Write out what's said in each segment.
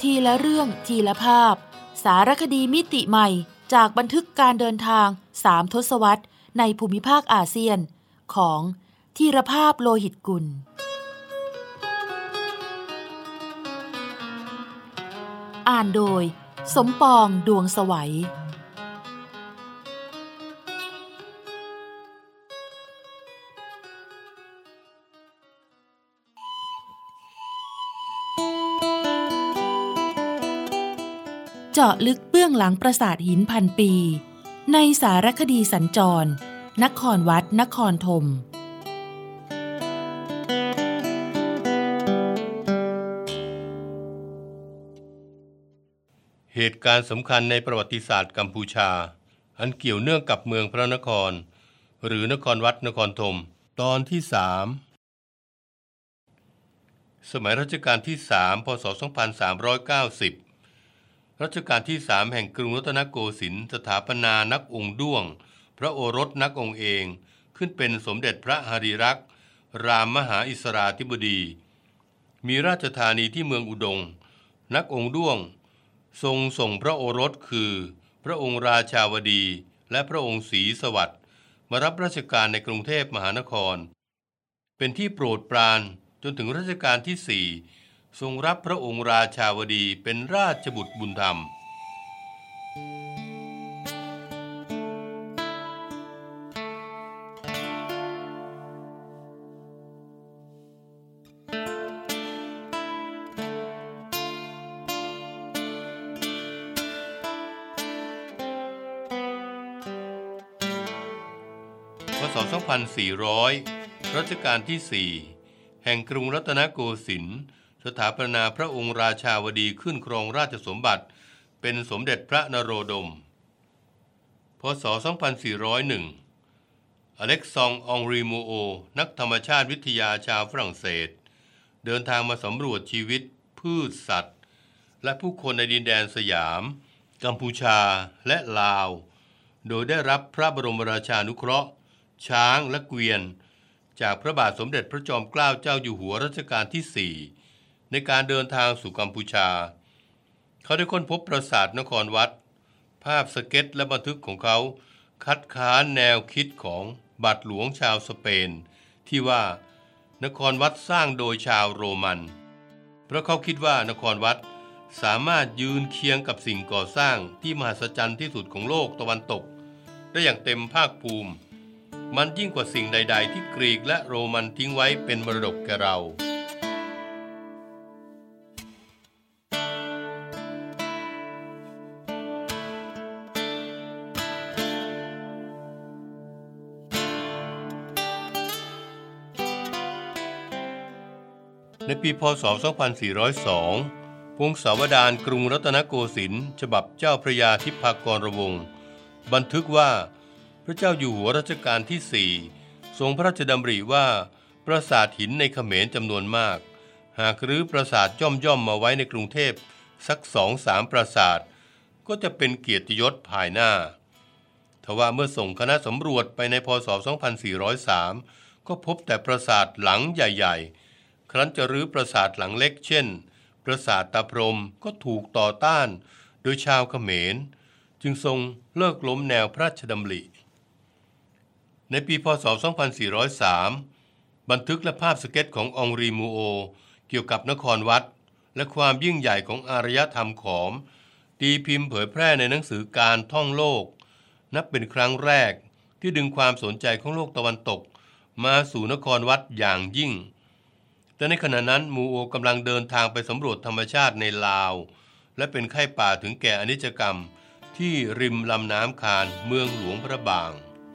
ทีละเรื่องทีละภาพสารคดีมิติใหม่จากบันทึกการเดินทาง3 ทศวรรษในภูมิภาคอาเซียนของธีรภาพโลหิตกุลอ่านโดยสมปองดวงไสวัยเจาะลึกเบื้องหลังปราสาทหินพันปีในสารคดีสัญจรนครวัดนครธมเหตุการณ์สำคัญในประวัติศาสตร์กัมพูชาอันเกี่ยวเนื่องกับเมืองพระนครหรือนครวัดนครธมตอนที่3สมัยรัชกาลที่3พ.ศ. 2390รัชกาลที่3แห่งกรุงรัตนโกสินทร์สถาปนานักองค์ด้วงพระโอรสนักองค์เองขึ้นเป็นสมเด็จพระหฤรักษ์รามมหาอิสราธิบดีมีราชธานีที่เมืองอุดงนักองค์ด้วงทรงส่งพระโอรสคือพระองค์ราชาวดีและพระองค์ศรีสวัสดิ์มารับราชการในกรุงเทพมหานครเป็นที่โปรดปรานจนถึงรัชกาลที่4ทรงรับพระองค์ราชาวดีเป็นราชบุตรบุญธรรมพ.ศ. 2400รัชกาลที่4แห่งกรุงรัตนโกสินทร์สถาปนาพระองค์ราชาวดีขึ้นครองราชสมบัติเป็นสมเด็จพระนโรดมพ.ศ. 2401อเล็กซององรีมูโอนักธรรมชาติวิทยาชาวฝรั่งเศสเดินทางมาสำรวจชีวิตพืชสัตว์และผู้คนในดินแดนสยามกัมพูชาและลาวโดยได้รับพระบรมราชานุเคราะห์ช้างและเกวียนจากพระบาทสมเด็จพระจอมเกล้าเจ้าอยู่หัวรัชกาลที่4ในการเดินทางสู่กัมพูชาเขาได้ค้นพบปราสาทนครวัดภาพสเก็ตและบันทึกของเขาคัดค้านแนวคิดของบาทหลวงชาวสเปนที่ว่านครวัดสร้างโดยชาวโรมันเพราะเขาคิดว่านครวัดสามารถยืนเคียงกับสิ่งก่อสร้างที่มหัศจรรย์ที่สุดของโลกตะวันตกได้อย่างเต็มภาคภูมิมันยิ่งกว่าสิ่งใดๆที่กรีกและโรมันทิ้งไว้เป็นมรดกแก่เราในปีพ.ศ. 2402 พงศาวดารกรุงรัตนโกสินทร์ฉบับเจ้าพระยาทิพากรวงศ์บันทึกว่าพระเจ้าอยู่หัวรัชกาลที่4ทรงพระราชดำริว่าปราสาทหินในเขมรจำนวนมากหากรื้อปราสาทย่อมมาไว้ในกรุงเทพสัก 2-3 ปราสาทก็จะเป็นเกียรติยศภายหน้าทว่าเมื่อส่งคณะสำรวจไปในพ.ศ. 2403ก็พบแต่ปราสาทหลังใหญ่ๆครั้นจะรื้อปราสาทหลังเล็กเช่นปราสาทตาพรหมก็ถูกต่อต้านโดยชาวเขมรจึงทรงเลิกล้มแนวพระราชดำริในปีพ.ศ. 2403บันทึกและภาพสเก็ตขององรีมูโอเกี่ยวกับนครวัดและความยิ่งใหญ่ของอารยธรรมขอมตีพิมพ์เผยแพร่ในหนังสือการท่องโลกนับเป็นครั้งแรกที่ดึงความสนใจของโลกตะวันตกมาสู่นครวัดอย่างยิ่งแต่ในขณะนั้นมูโอกำลังเดินทางไปสำรวจธรรมชาติในลาวและเป็นไข้ป่าถึงแก่อนิจกรรมที่ริมลำน้ำคานเมืองหลวงพระบาง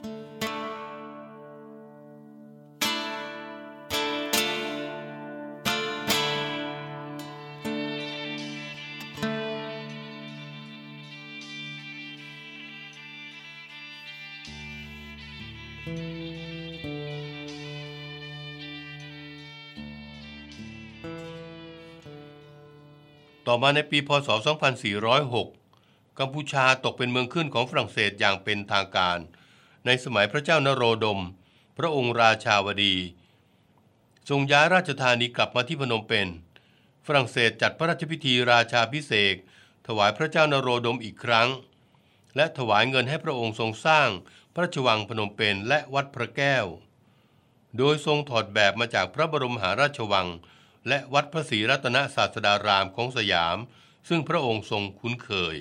ต่อมาในปีพ.ศ. 2406กัมพูชาตกเป็นเมืองขึ้นของฝรั่งเศสอย่างเป็นทางการในสมัยพระเจ้านโรดมพระองค์ราชาวดีทรงย้ายราชธานีกลับมาที่พนมเปญฝรั่งเศสจัดพระราชพิธีราชาภิเษกถวายพระเจ้านโรดมอีกครั้งและถวายเงินให้พระองค์ทรงสร้างพระราชวังพนมเปญและวัดพระแก้วโดยทรงถอดแบบมาจากพระบรมมหาราชวังและวัดพระศรีรัตนศาสดารามของสยามซึ่งพระองค์ทรงคุ้นเคย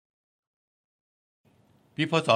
ปีพศ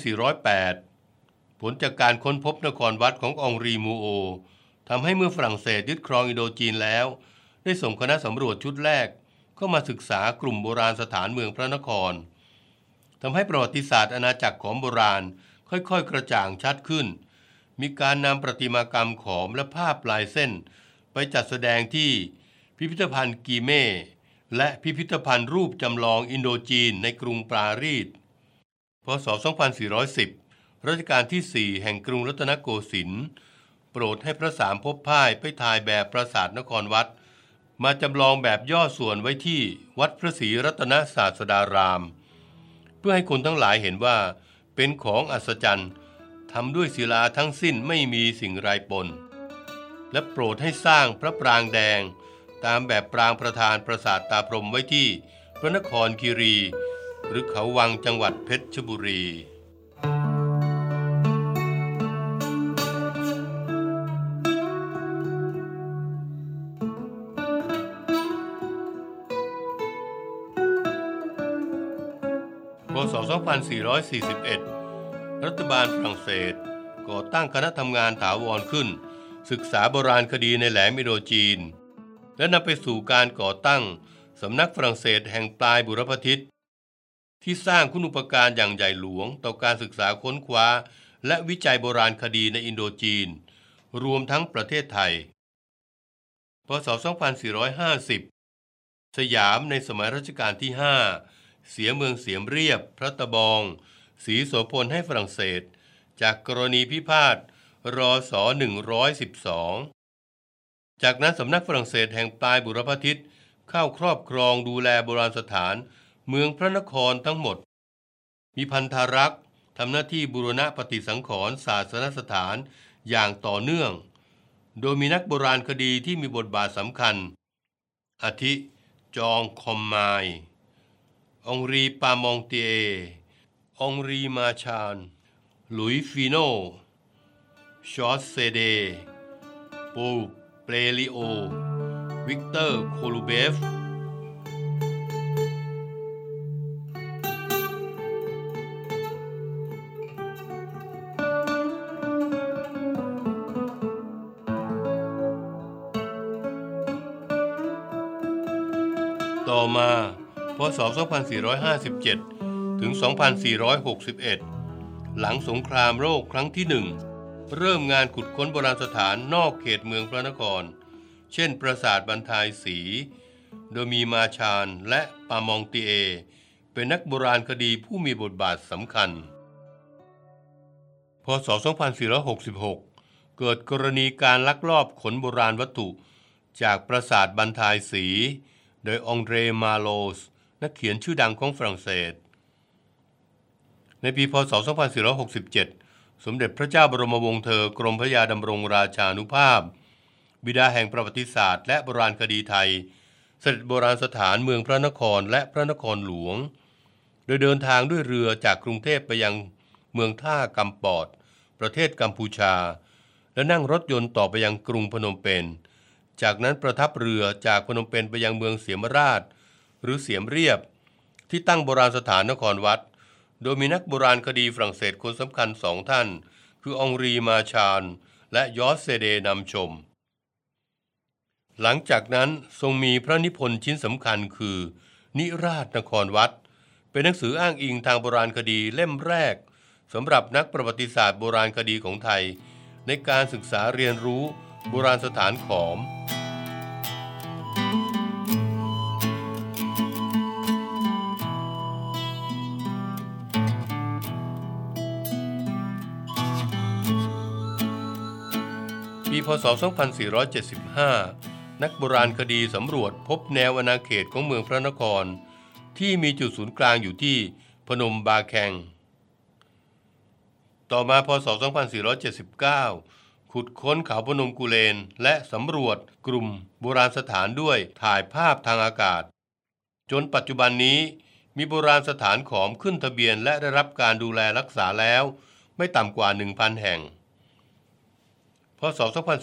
2408 ผลจากการค้นพบนครวัดขององรีมูโอทำให้เมื่อฝรั่งเศสยึดครองอินโดจีนแล้วได้ส่งคณะสำรวจชุดแรกเข้ามาศึกษากลุ่มโบราณสถานเมืองพระนครทำให้ประวัติศาสตร์อาณาจักรของโบราณค่อยๆกระจ่างชัดขึ้นมีการนำประติมากรรมขอมและภาพลายเส้นไปจัดแสดงที่พิพิธภัณฑ์กีเม่และพิพิธภัณฑ์รูปจำลองอินโดจีนในกรุงปารีสพศ 2410 รัชกาลที่ 4 แห่งกรุงรัตนโกสินทร์โปรดให้พระสามภพพ่ายไปถ่ายแบบปราสาทนครวัดมาจำลองแบบย่อส่วนไว้ที่วัดพระศรีรัตนศาสดารามเพื่อให้คนทั้งหลายเห็นว่าเป็นของอัศจรรย์ทำด้วยศิลาทั้งสิ้นไม่มีสิ่งไรปนและโปรดให้สร้างพระปรางแดงตามแบบปรางประธานปราสาทตาพรหมไว้ที่พระนครคีรีหรือเขาวังจังหวัดเพชรบุรีพศ 2441 รัฐบาลฝรั่งเศสก่อตั้งคณะทำงานถาวรขึ้นศึกษาโบราณคดีในแหลมอินโดจีนและนำไปสู่การก่อตั้งสำนักฝรั่งเศสแห่งปลายบุรพทิศที่สร้างคุณูปการอย่างใหญ่หลวงต่อการศึกษาค้นคว้าและวิจัยโบราณคดีในอินโดจีนรวมทั้งประเทศไทยพศ 2450 สยามในสมัยรัชกาลที่ 5 เสียเมืองเสียมเรียบพระตะบองศรีโสพลให้ฝรั่งเศสจากกรณีพิพาทรศ 112 จากนั้นสำนักฝรั่งเศสแห่งปลายบุรพทิศเข้าครอบครองดูแลโบราณสถานเมืองพระนครทั้งหมดมีพันธารักษ์ทำหน้าที่บูรณะปฏิสังขรณ์ศาสนสถานอย่างต่อเนื่องโดยมีนักโบราณคดีที่มีบทบาทสำคัญอาทิจองคอมมายองรีปามองเตียองรีมาชานหลุยฟิโนชอสเซเดปูเปรลิโอวิกเตอร์โคลูเบฟต่อมาพศ 2457 ถึง 2461 หลังสงครามโลกครั้งที่ 1 เริ่มงานขุดค้นโบราณสถานนอกเขตเมืองพระนครเช่นปราสาทบรรทายศรีโดยมีมาชานและปามองตีเอเป็นนักโบราณคดีผู้มีบทบาทสำคัญพศ 2466 เกิดกรณีการลักลอบขนโบราณวัตถุจากปราสาทบรรทายศรีโดยองเดรมาโลสนักเขียนชื่อดังของฝรั่งเศสในปีพศ 2467 สมเด็จพระเจ้าบรมวงศ์เธอกรมพระยาดำรงราชานุภาพบิดาแห่งประวัติศาสตร์และโบราณคดีไทยเสด็จโบราณสถานเมืองพระนครและพระนครหลวงโดยเดินทางด้วยเรือจากกรุงเทพไปยังเมืองท่ากำปอดประเทศกัมพูชาและนั่งรถยนต์ต่อไปยังกรุงพนมเปญจากนั้นประทับเรือจากพนมเปญไปยังเมืองเสียมราชหรือเสียมเรียบที่ตั้งโบราณสถานนครวัดโดยมีนักโบราณคดีฝรั่งเศสคนสำคัญ2 ท่านคือองรีมาชานและยอสเซเดนำชมหลังจากนั้นทรงมีพระนิพนธ์ชิ้นสำคัญคือนิราศนครวัดเป็นหนังสืออ้างอิงทางโบราณคดีเล่มแรกสำหรับนักประวัติศาสตร์โบราณคดีของไทยในการศึกษาเรียนรู้โบราณสถานขอมปีพศ 2475 นักโบราณคดีสำรวจพบแนวอาณาเขตของเมืองพระนครที่มีจุดศูนย์กลางอยู่ที่พนมบาแคงต่อมาพศ 2479 ขุดค้นเขาพนมกุเลนและสำรวจกลุ่มโบราณสถานด้วยถ่ายภาพทางอากาศจนปัจจุบันนี้มีโบราณสถานขอมขึ้นทะเบียนและได้รับการดูแลรักษาแล้วไม่ต่ำกว่า 1,000 แห่งพ.ศ.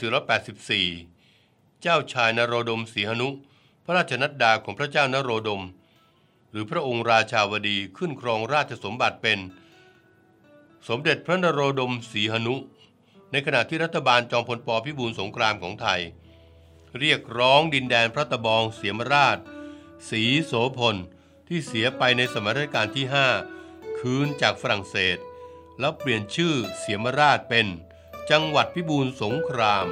2484 เจ้าชายนโรดมสีหนุ พระราชนัดดาของพระเจ้านโรดมหรือพระองค์ราชาวดีขึ้นครองราชสมบัติเป็นสมเด็จพระนโรดมสีหนุในขณะที่รัฐบาลจอมพลป.พิบูลสงครามของไทยเรียกร้องดินแดนพระตะบองเสียมราชศรีโสพลที่เสียไปในสมัยรัชกาลที่ 5คืนจากฝรั่งเศสแล้วเปลี่ยนชื่อเสียมราชเป็นจังหวัดพิบูลสงคราม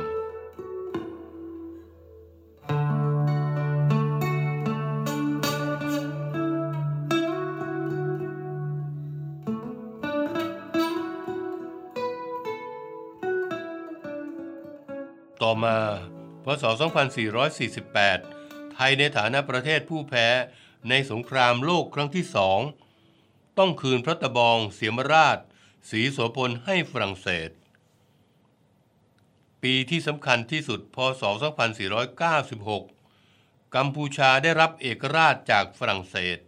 ต่อมาพ.ศ. 2448 ไทยในฐานะประเทศผู้แพ้ในสงครามโลกครั้งที่2ต้องคืนพระตะบองเสียมราชศรีโสพลให้ฝรั่งเศสปีที่สำคัญที่สุดพ.ศ. 2496 กัมพูชาได้รับเอกราชจากฝรั่งเศส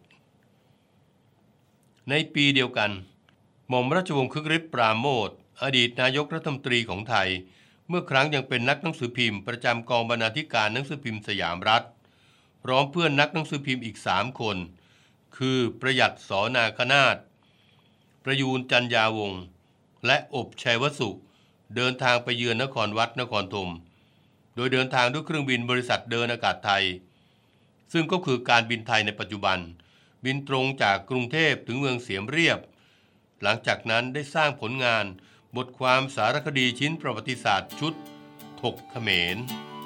ในปีเดียวกันหม่อมราชวงศ์คึกฤทธิ์ปราโมทย์อดีตนายกรัฐมนตรีของไทยเมื่อครั้งยังเป็นนักหนังสือพิมพ์ประจำกองบรรณาธิการหนังสือพิมพ์สยามรัฐพร้อมเพื่อนนักหนังสือพิมพ์อีก3คนคือประหยัดสนาคนาถประยูรจันยาวงศ์และอบชัยวสุเดินทางไปเยือนนครวัดนครธมโดยเดินทางด้วยเครื่องบินบริษัทเดินอากาศไทยซึ่งก็คือการบินไทยในปัจจุบันบินตรงจากกรุงเทพถึงเมืองเสียมเรียบหลังจากนั้นได้สร้างผลงานบทความสารคดีชิ้นประวัติศาสตร์ชุดถกเขมร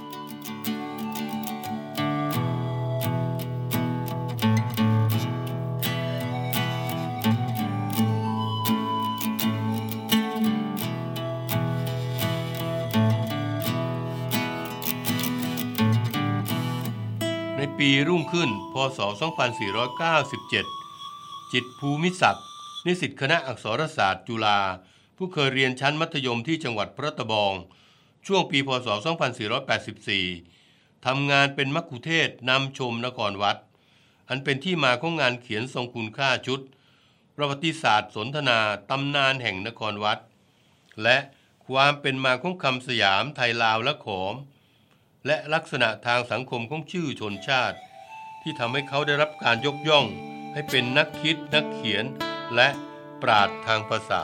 ในปีรุ่งขึ้นพ.ศ. 2497 จิตรภูมิศักดิ์นิสิตคณะอักษรศาสตร์จุฬาผู้เคยเรียนชั้นมัธยมที่จังหวัดพระตะบองช่วงปีพ.ศ. 2484 ทำงานเป็นมัคคุเทศก์นำชมนครวัดอันเป็นที่มาของงานเขียนทรงคุณค่าชุดประวัติศาสตร์สนทนาตำนานแห่งนครวัดและความเป็นมาของคำสยามไทยลาวและขอมและลักษณะทางสังคมของชื่อชนชาติที่ทำให้เขาได้รับการยกย่องให้เป็นนักคิดนักเขียนและปราชญ์ทางภาษา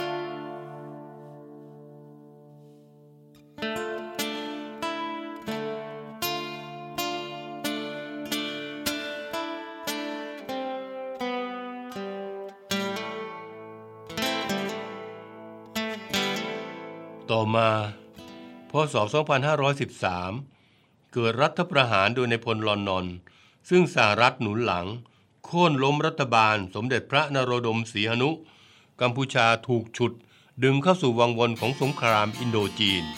ต่อมาพ.ศ. 2513 เกิดรัฐประหารโดยนายพลลอนนอนซึ่งสหรัฐหนุนหลังโค่นล้มรัฐบาลสมเด็จพระนโรดมสีหนุกัมพูชาถูกฉุดดึงเข้าสู่วังวนของสงครามอินโดจีน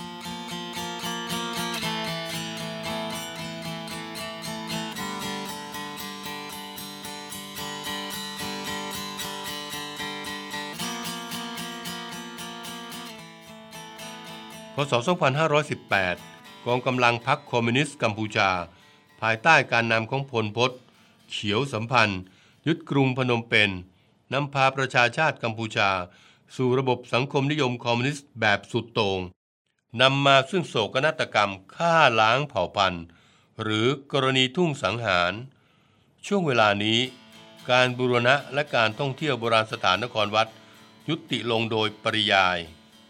พ.ศ. 2518 กองกำลังพรรคคอมมิวนิสต์กัมพูชาภายใต้การนำของพลพตเขียวสัมพันธ์ยึดกรุงพนมเปญนำพาประชาชาติกัมพูชาสู่ระบบสังคมนิยมคอมมิวนิสต์แบบสุดโต่งนำมาซึ่งโศกนาฏกรรมฆ่าล้างเผ่าพันธุ์หรือกรณีทุ่งสังหารช่วงเวลานี้การบูรณะและการท่องเที่ยวโบราณสถานนครวัดยุติลงโดยปริยาย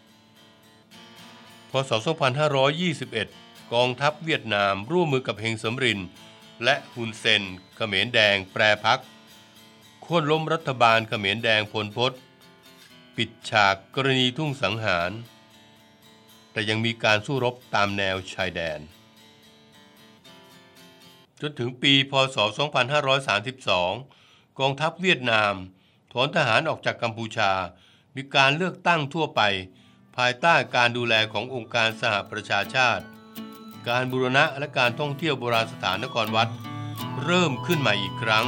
พ.ศ. 2521 กองทัพเวียดนามร่วมมือกับเฮงสำรินและฮุนเซนเขมรแดงแปรพรรคโค่นล้มรัฐบาลเขมรแดงพลพตปิดฉากกรณีทุ่งสังหารแต่ยังมีการสู้รบตามแนวชายแดนจนถึงปีพ.ศ. 2532 กองทัพเวียดนามถอนทหารออกจากกัมพูชามีการเลือกตั้งทั่วไปภายใต้การดูแลขององค์การสหประชาชาติการบูรณะและการท่องเที่ยวโบราณสถานนครวัดเริ่มขึ้นมาอีกครั้ง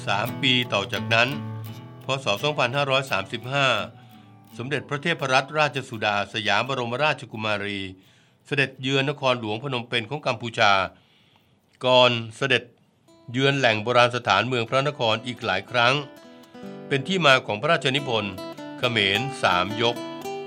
3 ปีต่อจากนั้นพ.ศ. 2535 สมเด็จพระเทพรัตนราชสุดาสยามบรมราชกุมารีเสด็จเยือนนครหลวงพนมเปญของกัมพูชาก่อนเสด็จเยือนแหล่งโบราณสถานเมืองพระนครอีกหลายครั้งเป็นที่มาของพระราชนิพนธ์เขมร3 ยก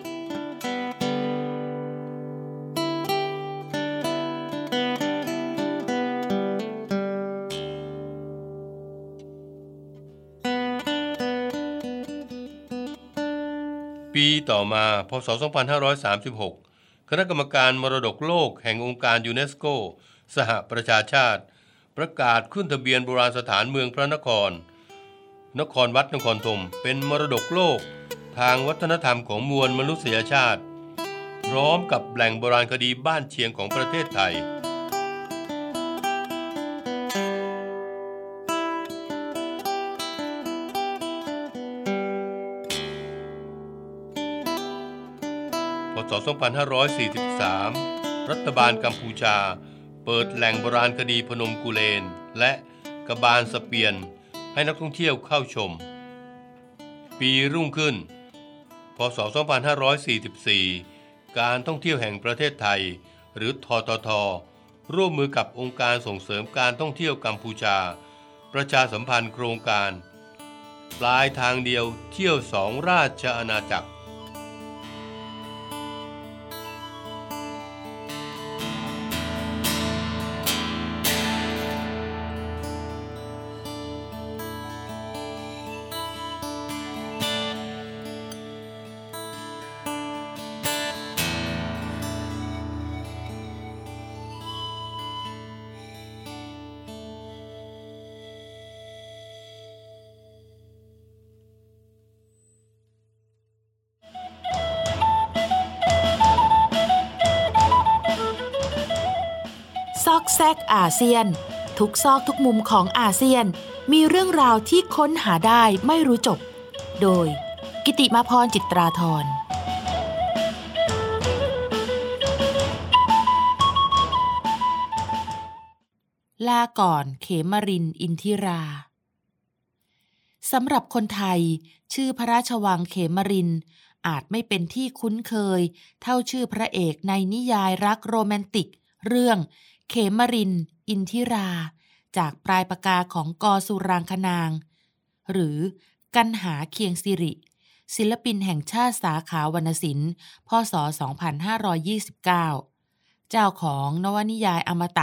ปีต่อมาพ.ศ. 2536 คณะกรรมการมรดกโลกแห่งองค์การยูเนสโกสหประชาชาติประกาศขึ้นทะเบียนโบราณสถานเมืองพระนครวัดนครธมเป็นมรดกโลกทางวัฒนธรรมของมวลมนุษยชาติพร้อมกับแหล่งโบราณคดีบ้านเชียงของประเทศไทยพ.ศ. 2543 รัฐบาลกัมพูชาเปิดแหล่งโบราณคดีพนมกุเลนและกบาลสเปียนให้นักท่องเที่ยวเข้าชมปีรุ่งขึ้นพ.ศ. 2544 การท่องเที่ยวแห่งประเทศไทยหรือททท.ร่วมมือกับองค์การส่งเสริมการท่องเที่ยวกัมพูชาประชาสัมพันธ์โครงการปลายทางเดียวเที่ยว2 ราชอาณาจักรซอกแซกอาเซียนทุกซอกทุกมุมของอาเซียนมีเรื่องราวที่ค้นหาได้ไม่รู้จบโดยกิติมาพรจิตราธรลาก่อนเขมรินทร์อินทิราสำหรับคนไทยชื่อพระราชวังเขมรินทร์อาจไม่เป็นที่คุ้นเคยเท่าชื่อพระเอกในนิยายรักโรแมนติกเรื่องเขมรินทร์อินทิราจากปลายปากกาของก.สุรางคนางหรือกันหาเคียงสิริศิลปินแห่งชาติสาขาวรรณศิลป์พ.ศ. 2529 เจ้าของนวนิยายอมตะ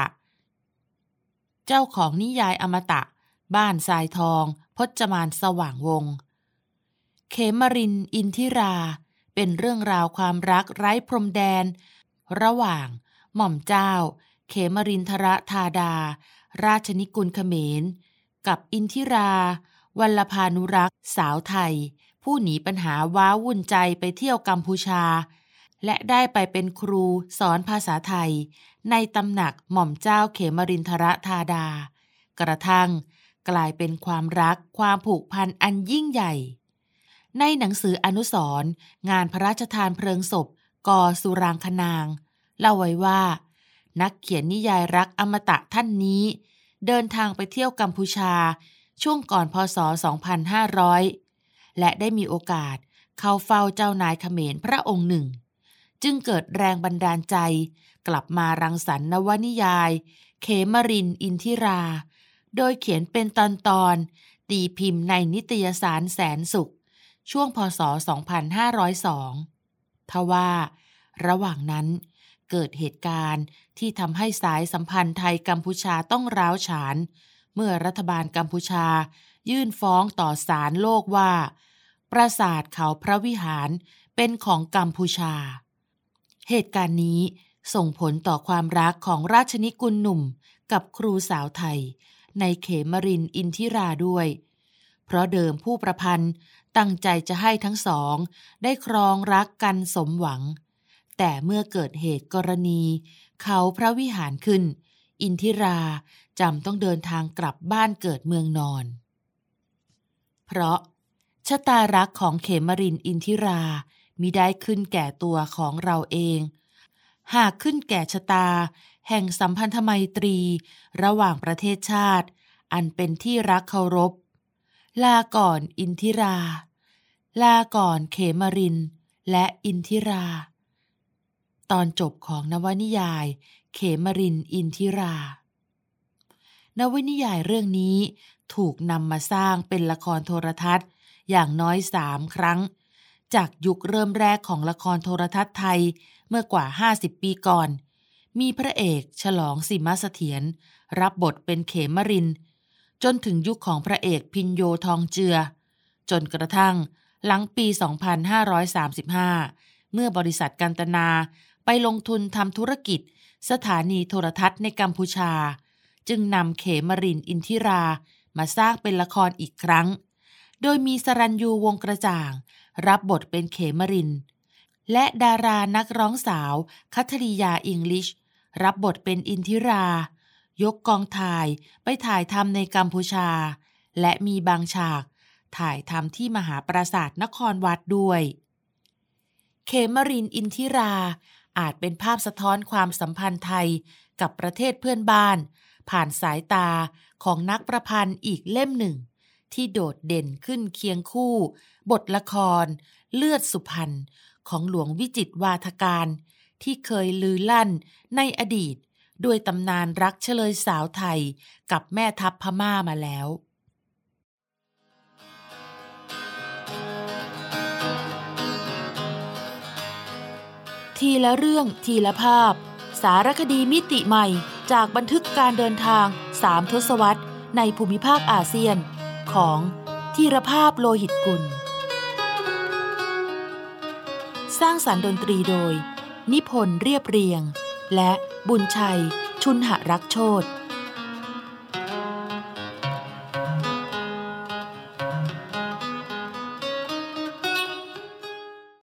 บ้านทรายทองพจมานสว่างวงศ์เขมรินทร์อินทิราเป็นเรื่องราวความรักไร้พรมแดนระหว่างหม่อมเจ้าเขมรินทรธาดาราชนิกุลเขมรกับอินทิราวัลลภานุรักษ์สาวไทยผู้หนีปัญหาว้าวุ่นใจไปเที่ยวกัมพูชาและได้ไปเป็นครูสอนภาษาไทยในตำหนักหม่อมเจ้าเขมรินทรธาดากระทั่งกลายเป็นความรักความผูกพันอันยิ่งใหญ่ในหนังสืออนุสรณ์งานพระราชทานเพลิงศพก.สุรางคนางเล่าไว้ว่านักเขียนนิยายรักอมตะท่านนี้เดินทางไปเที่ยวกัมพูชาช่วงก่อนพ.ศ. 2500และได้มีโอกาสเข้าเฝ้าเจ้านายเขมรพระองค์หนึ่งจึงเกิดแรงบันดาลใจกลับมารังสรรค์นวนิยายเขมรินทร์อินทิราโดยเขียนเป็นตอนตีพิมพ์ในนิตยสารแสนสุขช่วงพ.ศ. 2502 ทว่าระหว่างนั้นเกิดเหตุการณ์ที่ทำให้สายสัมพันธ์ไทยกัมพูชาต้องร้าวฉานเมื่อรัฐบาลกัมพูชายื่นฟ้องต่อศาลโลกว่าปราสาทเขาพระวิหารเป็นของกัมพูชาเหตุการณ์นี้ส่งผลต่อความรักของราชนิกุลหนุ่มกับครูสาวไทยในเขมรินทร์อินทิราด้วยเพราะเดิมผู้ประพันธ์ตั้งใจจะให้ทั้งสองได้ครองรักกันสมหวังแต่เมื่อเกิดเหตุกรณีเขาพระวิหารขึ้นอินทิราจำต้องเดินทางกลับบ้านเกิดเมืองนอนเพราะชะตารักของเขมรินทร์อินทิรามิได้ขึ้นแก่ตัวของเราเองหากขึ้นแก่ชะตาแห่งสัมพันธไมตรีระหว่างประเทศชาติอันเป็นที่รักเคารพลาก่อนอินทิรา ลาก่อนเขมรินทร์และอินทิรา ตอนจบของนวนิยายเขมรินทร์อินทิรา นวนิยายเรื่องนี้ถูกนำมาสร้างเป็นละครโทรทัศน์อย่างน้อย3 ครั้งจากยุคเริ่มแรกของละครโทรทัศน์ไทยเมื่อกว่า50 ปีก่อนมีพระเอกฉลองสิมเสถียรรับบทเป็นเขมรินทร์จนถึงยุคของพระเอกพินโยทองเจือจนกระทั่งหลังปี 2535 เมื่อบริษัทกันตนาไปลงทุนทำธุรกิจสถานีโทรทัศน์ในกัมพูชาจึงนำเขมรินทร์อินทิรามาสร้างเป็นละครอีกครั้งโดยมีสรัญยูวงกระจ่างรับบทเป็นเขมรินทร์และดารานักร้องสาวคัทริยาอิงลิชรับบทเป็นอินทิรายกกองถ่ายไปถ่ายทำในกัมพูชาและมีบางฉากถ่ายทำที่มหาปราสาทนครวัดด้วยเขมรินทร์อินทิราอาจเป็นภาพสะท้อนความสัมพันธ์ไทยกับประเทศเพื่อนบ้านผ่านสายตาของนักประพันธ์อีกเล่มหนึ่งที่โดดเด่นขึ้นเคียงคู่บทละครเลือดสุพรรณของหลวงวิจิตรวาทการที่เคยลือลั่นในอดีตด้วยตำนานรักเฉลยสาวไทยกับแม่ทัพพม่ามาแล้วทีละเรื่องทีละภาพสารคดีมิติใหม่จากบันทึกการเดินทาง3 ทศวรรษในภูมิภาคอาเซียนของธีรภาพโลหิตกุลสร้างสรรค์ดนตรีโดยนิพนธ์เรียบเรียงและบุญชัยชุนหรักโชติ